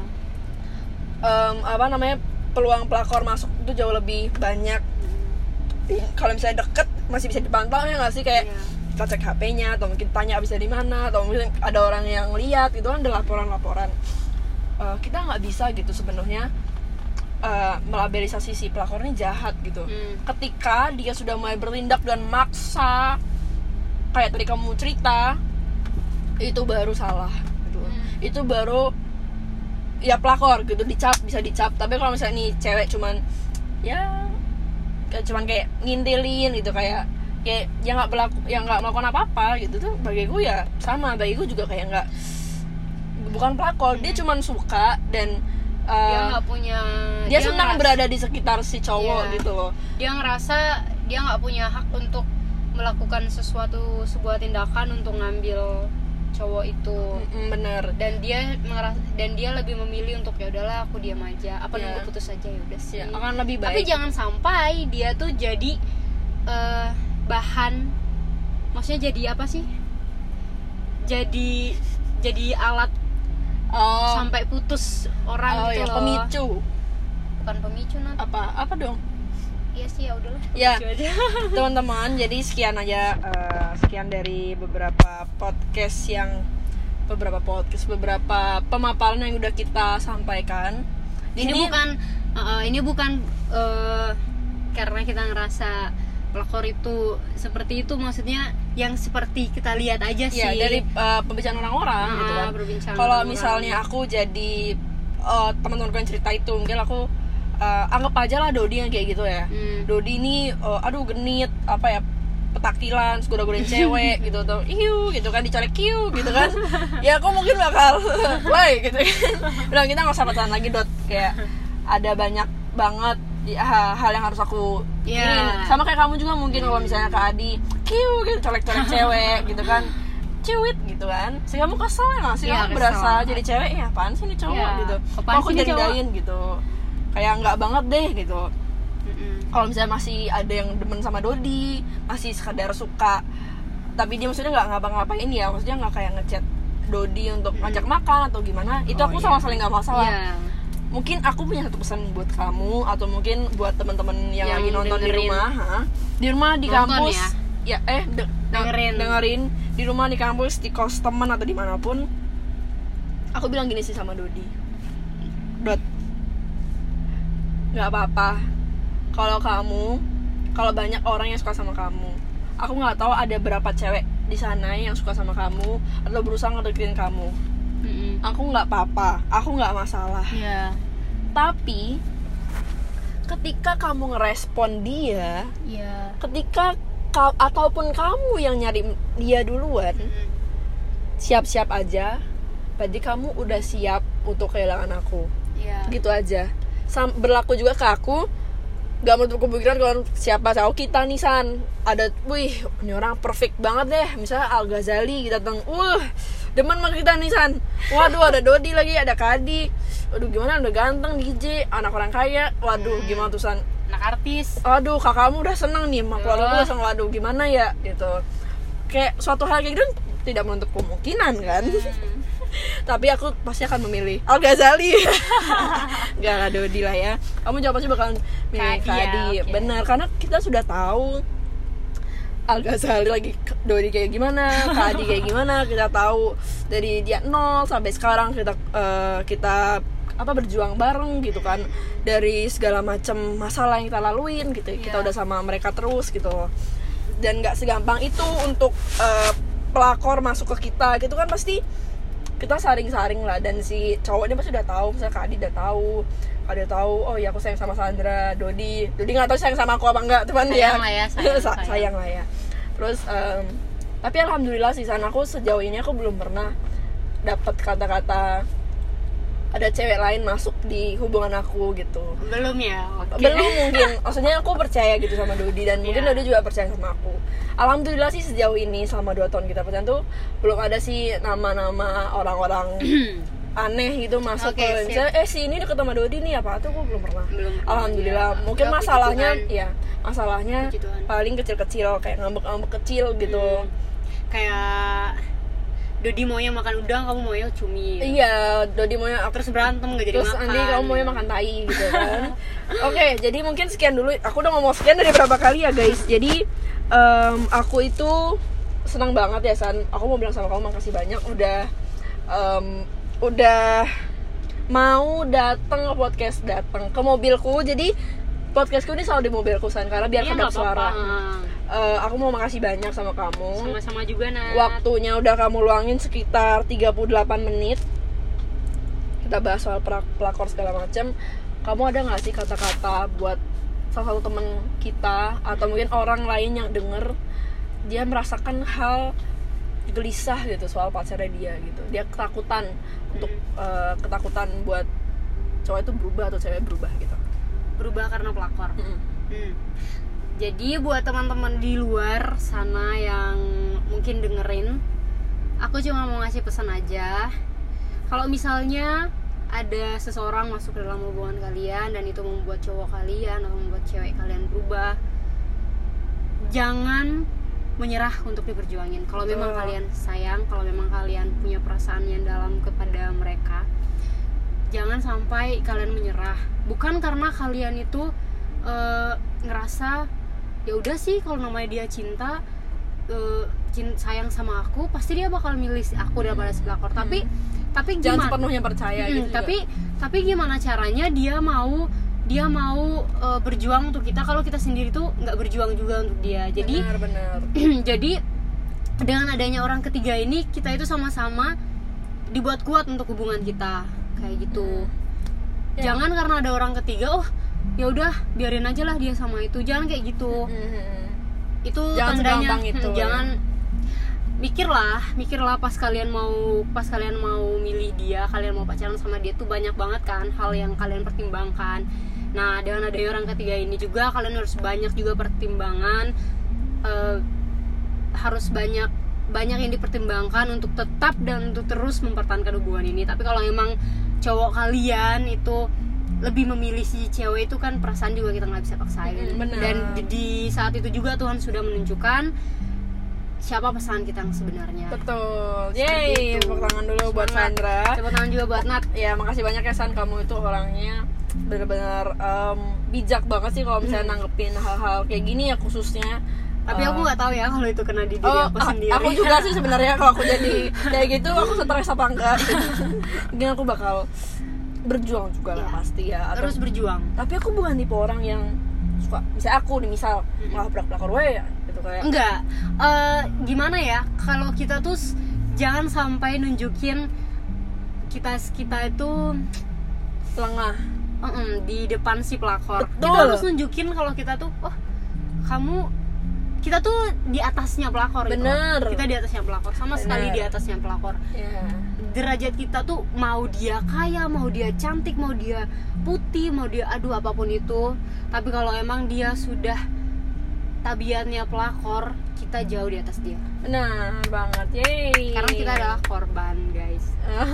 Speaker 1: Peluang pelakor masuk itu jauh lebih banyak. Kalau misalnya deket masih bisa dipantau ya nggak sih, kayak
Speaker 2: Iya.
Speaker 1: kita cek HP-nya atau mungkin tanya abis dari mana, atau mungkin ada orang yang lihat, itu kan ada laporan. Kita nggak bisa gitu sebenarnya melabelisasi si pelakor ini jahat gitu. Ketika dia sudah mulai bertindak dan maksa kayak tadi kamu cerita, itu baru salah gitu. Itu baru ya pelakor gitu, bisa dicap. Tapi kalau misalnya nih cewek cuman kayak ngintilin gitu, kayak yang nggak melakukan apa-apa gitu, tuh bagiku ya sama, bagiku juga kayak bukan pelakor. Dia cuman suka dan
Speaker 2: Dia nggak punya.
Speaker 1: dia senang berada di sekitar si cowok gitu loh.
Speaker 2: Dia ngerasa dia nggak punya hak untuk melakukan sebuah tindakan untuk ngambil cowok itu.
Speaker 1: Bener.
Speaker 2: Dan dia lebih memilih untuk ya udahlah aku diam aja, nunggu putus aja ya udah sih.
Speaker 1: Ya, akan lebih baik.
Speaker 2: Tapi jangan sampai dia tuh jadi bahan, maksudnya jadi apa sih? Jadi alat sampai putus orang gitu loh.
Speaker 1: Pemicu.
Speaker 2: Bukan pemicu Nat.
Speaker 1: Apa dong?
Speaker 2: Iya sih, ya udahlah.
Speaker 1: Ya,
Speaker 2: Pemicu aja.
Speaker 1: teman-teman, jadi sekian aja sekian dari beberapa pemaparan yang udah kita sampaikan.
Speaker 2: Ini bukan karena kita ngerasa pelakor itu seperti itu, maksudnya yang seperti kita lihat aja sih.
Speaker 1: Ya, dari pembicaraan orang-orang gitu kan. Kalau misalnya aku jadi teman-temanku yang cerita itu, mungkin aku anggap aja lah Dodi yang kayak gitu ya. Dodi ini aduh genit, petakilan, goda-godain cewek gitu, atau iu gitu kan, dicolek kiu gitu kan. Ya aku mungkin bakal play gitu kan. Udah, kita nggak usah pacaran lagi Dot, kayak ada banyak banget hal yang harus aku pikirin. Sama kayak kamu juga mungkin kalau misalnya ke Adi kiu gitu colek-colek cewek gitu kan, ciwit gitu kan, sih kamu kesel ya nggak sih, kamu berasa jadi cewek ya apaan sih nih cowok gitu, kok aku jadiin gitu, kayak nggak banget deh gitu. Kalau misalnya masih ada yang demen sama Dodi, masih sekedar suka, tapi dia maksudnya nggak ngapa-ngapain ya, maksudnya nggak kayak ngechat Dodi untuk ngajak makan atau gimana, itu aku sama sekali nggak masalah. Mungkin aku punya satu pesan buat kamu atau mungkin buat teman-teman yang lagi nonton di rumah di kampus ya, dengerin di rumah, di kampus, di kos teman atau dimanapun. Aku bilang gini sih sama Dodi, Dot, nggak apa-apa kalau banyak orang yang suka sama kamu. Aku nggak tahu ada berapa cewek di sana yang suka sama kamu atau berusaha ngedeketin kamu. Aku nggak apa-apa, aku nggak masalah. Tapi ketika kamu ngerespon dia, ketika ataupun kamu yang nyari dia duluan, siap-siap aja. Berarti kamu udah siap untuk kehilangan aku. Gitu aja. Berlaku juga ke aku. Gak menutup kemungkinan kalau siapa tahu kita nih San, ada, wih ini orang perfect banget deh, misalnya Al Ghazali kita datang, demen sama kita nih San, waduh ada Dodi lagi, ada Kadi, waduh gimana udah ganteng DJ, anak orang kaya, waduh gimana tuh San,
Speaker 2: anak artis,
Speaker 1: waduh kakakmu udah seneng nih, mak keluarga gue seneng, waduh gimana ya gitu. Kayak suatu hal kayak gitu tidak menutup kemungkinan kan. Tapi aku pasti akan memilih Al Ghazali. Gak lah Dodi lah ya. Kamu jawab pasti bakalan milih Kadi. Benar, karena kita sudah tahu Al Ghazali lagi Dodi kayak gimana, Kadi kayak gimana. Kita tahu dari dia 0 sampai sekarang kita berjuang bareng gitu kan, dari segala macam masalah yang kita laluin gitu. Kita udah sama mereka terus gitu. Dan nggak segampang itu untuk pelakor masuk ke kita gitu kan, pasti kita saring-saring lah. Dan si cowok ini pasti udah tahu, misalnya Kak Adi udah tahu, oh ya aku sayang sama Sandra. Dodi nggak tahu sayang sama aku apa enggak, teman ya. Sayang lah ya. Terus tapi alhamdulillah sih sana aku sejauh ini aku belum pernah dapat kata-kata ada cewek lain masuk di hubungan aku gitu.
Speaker 2: Belum ya?
Speaker 1: Belum mungkin. Maksudnya aku percaya gitu sama Dodi, dan mungkin Dodi juga percaya sama aku. Alhamdulillah sih sejauh ini selama 2 tahun kita pacaran tuh belum ada sih nama-nama orang-orang aneh gitu masuk ke misalnya si ini deket sama Dodi nih apa tuh, aku belum pernah. Alhamdulillah. Mungkin masalahnya masalahnya paling kecil-kecil kayak ngambek-ngambek kecil gitu.
Speaker 2: Kayak Dodi maunya makan udang, kamu maunya cumi.
Speaker 1: Iya, Dodi maunya
Speaker 2: terus berantem gak jadi
Speaker 1: terus
Speaker 2: makan.
Speaker 1: Terus Andi kamu maunya makan tai gitu kan. Oke, jadi mungkin sekian dulu. Aku udah ngomong sekian dari berapa kali ya guys. Jadi aku itu senang banget ya San. Aku mau bilang sama kamu makasih banyak udah mau datang ke podcast, datang ke mobilku. Jadi podcastku ini selalu di mobilku San, karena biar kedap suara. Aku mau makasih banyak sama kamu.
Speaker 2: Sama-sama juga Nat.
Speaker 1: Waktunya udah kamu luangin sekitar 38 menit. Kita bahas soal pelakor segala macam. Kamu ada nggak sih kata-kata buat salah satu temen kita atau mungkin orang lain yang denger dia merasakan hal gelisah gitu soal pacarnya dia gitu. Dia ketakutan untuk ketakutan buat cowok itu berubah atau cewek berubah gitu.
Speaker 2: Berubah karena pelakor. Jadi buat teman-teman di luar sana yang mungkin dengerin, aku cuma mau ngasih pesan aja. Kalau misalnya ada seseorang masuk ke dalam hubungan kalian dan itu membuat cowok kalian atau membuat cewek kalian berubah, jangan menyerah untuk diperjuangin. Kalau memang kalian sayang, kalau memang kalian punya perasaan yang dalam kepada mereka, jangan sampai kalian menyerah. Bukan karena kalian itu ngerasa ya udah sih kalau namanya dia cinta, sayang sama aku, pasti dia bakal milih aku daripada si pelakor. Tapi
Speaker 1: jangan sepenuhnya percaya gitu.
Speaker 2: Tapi gimana caranya dia mau berjuang untuk kita kalau kita sendiri tuh nggak berjuang juga untuk dia. Jadi
Speaker 1: benar.
Speaker 2: Jadi dengan adanya orang ketiga ini, kita itu sama-sama dibuat kuat untuk hubungan kita kayak gitu. Jangan karena ada orang ketiga, ya udah biarin aja lah dia sama itu. Jangan kayak gitu. Itu
Speaker 1: jangan
Speaker 2: tandanya
Speaker 1: itu,
Speaker 2: jangan mikirlah pas kalian mau milih dia, kalian mau pacaran sama dia tuh banyak banget kan hal yang kalian pertimbangkan. Nah, dengan adanya orang ketiga ini juga kalian harus banyak juga pertimbangan, harus banyak yang dipertimbangkan untuk tetap dan untuk terus mempertahankan hubungan ini. Tapi kalau emang cowok kalian itu lebih memilih si cewek itu kan perasaan juga kita nggak bisa paksain. Dan di saat itu juga Tuhan sudah menunjukkan siapa pasangan kita yang sebenarnya.
Speaker 1: Betul. Yeay, tepuk tangan dulu buat Sandra.
Speaker 2: Tepuk tangan juga buat Nat.
Speaker 1: Ya, makasih banyak ya San, kamu itu orangnya benar-benar bijak banget sih kalau misalnya nanggepin hal-hal kayak gini ya khususnya.
Speaker 2: Tapi aku nggak tahu ya kalau itu kena di diri aku sendiri.
Speaker 1: Aku juga sih sebenarnya kalau aku jadi kayak gitu aku stres apa enggak. Mungkin aku bakal berjuang juga lah pasti ya.
Speaker 2: Terus berjuang.
Speaker 1: Tapi aku bukan tipe orang yang suka, misalnya aku nih malah pelakor ya gitu kayak.
Speaker 2: Enggak. Gimana ya? Kalau kita tuh jangan sampai nunjukin kita itu
Speaker 1: lengah
Speaker 2: di depan si pelakor.
Speaker 1: Betul.
Speaker 2: Kita harus nunjukin kalau kita tuh kita tuh di atasnya pelakor.
Speaker 1: Bener.
Speaker 2: Gitu. Kita di atasnya pelakor, sama sekali di atasnya pelakor. Derajat kita tuh mau dia kaya, mau dia cantik, mau dia putih, mau dia apapun itu. Tapi kalau emang dia sudah tabiatnya pelakor, kita jauh di atas dia.
Speaker 1: Benar banget. Yeay.
Speaker 2: Karena kita adalah korban, guys.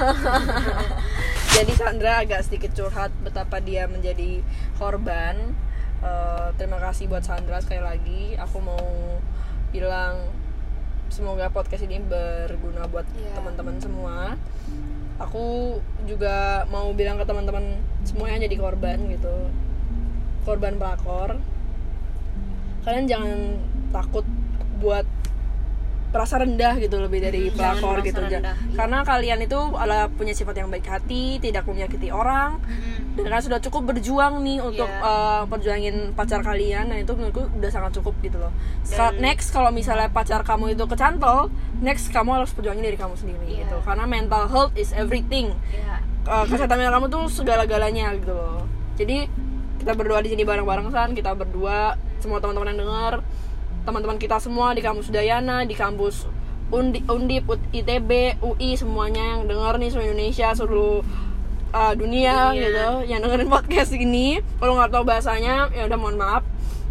Speaker 1: Jadi Sandra agak sedikit curhat betapa dia menjadi korban. Terima kasih buat Sandra sekali lagi. Aku mau bilang semoga podcast ini berguna buat teman-teman semua. Aku juga mau bilang ke teman-teman semua yang jadi korban gitu, korban pelakor, kalian jangan takut buat merasa rendah gitu lebih dari pelakor gitu aja. Karena kalian itu adalah punya sifat yang baik hati, tidak menyakiti orang, dan kalian sudah cukup berjuang nih untuk perjuangin pacar kalian, dan itu menurutku udah sangat cukup gitu loh. Next kalau misalnya pacar kamu itu kecantol, next kamu harus perjuangin diri kamu sendiri gitu. Karena mental health is everything. Kesehatan mental kamu tuh segala-galanya gitu loh. Jadi kita berdoa di sini bareng-bareng San, kita berdua, semua teman-teman yang dengar, teman-teman kita semua di kampus Udayana, di kampus Undip, ITB, UI, semuanya yang denger nih seluruh Indonesia, seluruh dunia gitu, yang dengerin podcast ini. Kalau nggak tahu bahasanya, ya udah mohon maaf.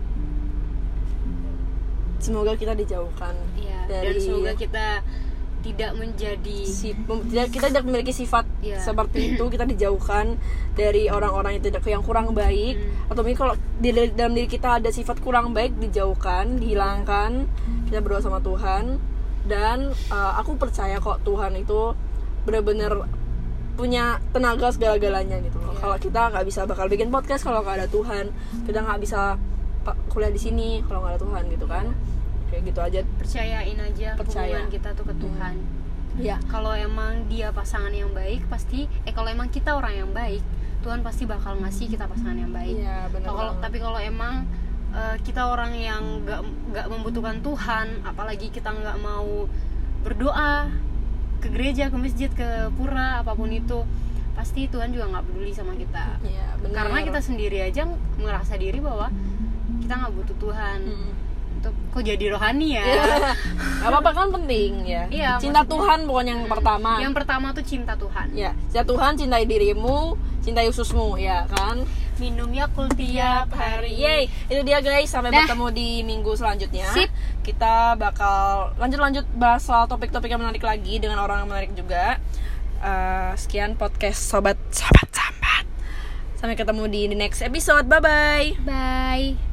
Speaker 1: Semoga kita dijauhkan dari,
Speaker 2: dan semoga kita tidak menjadi
Speaker 1: kita tidak memiliki sifat seperti itu. Kita dijauhkan dari orang-orang yang kurang baik, atau mungkin kalau dalam diri kita ada sifat kurang baik, dijauhkan, dihilangkan. Kita berdoa sama Tuhan, dan aku percaya kok Tuhan itu benar-benar punya tenaga segala-galanya gitu loh. Kalau kita nggak bisa bakal bikin podcast kalau nggak ada Tuhan, kita nggak bisa kuliah di sini kalau nggak ada Tuhan gitu kan. Kayak gitu aja,
Speaker 2: percayain aja hubungan kita tuh ke Tuhan. Kalau emang dia pasangan yang baik, pasti kalau emang kita orang yang baik, Tuhan pasti bakal ngasih kita pasangan yang baik. Tapi kalau emang kita orang yang nggak membutuhkan Tuhan, apalagi kita nggak mau berdoa ke gereja, ke masjid, ke pura, apapun itu, pasti Tuhan juga nggak peduli sama kita. Karena kita sendiri aja merasa diri bahwa kita nggak butuh Tuhan. Kok jadi rohani ya?
Speaker 1: Gak apa-apa kan, penting ya. Cinta Tuhan pokoknya yang pertama.
Speaker 2: Yang pertama tuh cinta Tuhan.
Speaker 1: Cinta Tuhan, cintai dirimu, cintai ususmu, ya kan?
Speaker 2: Minum Yakult tiap hari.
Speaker 1: Yeay, itu dia guys. Sampai bertemu di minggu selanjutnya.
Speaker 2: Sip.
Speaker 1: Kita bakal lanjut bahas soal topik-topik yang menarik lagi dengan orang yang menarik juga. Sekian podcast Sobat Sambat. Sampai ketemu di next episode. Bye-bye.
Speaker 2: Bye.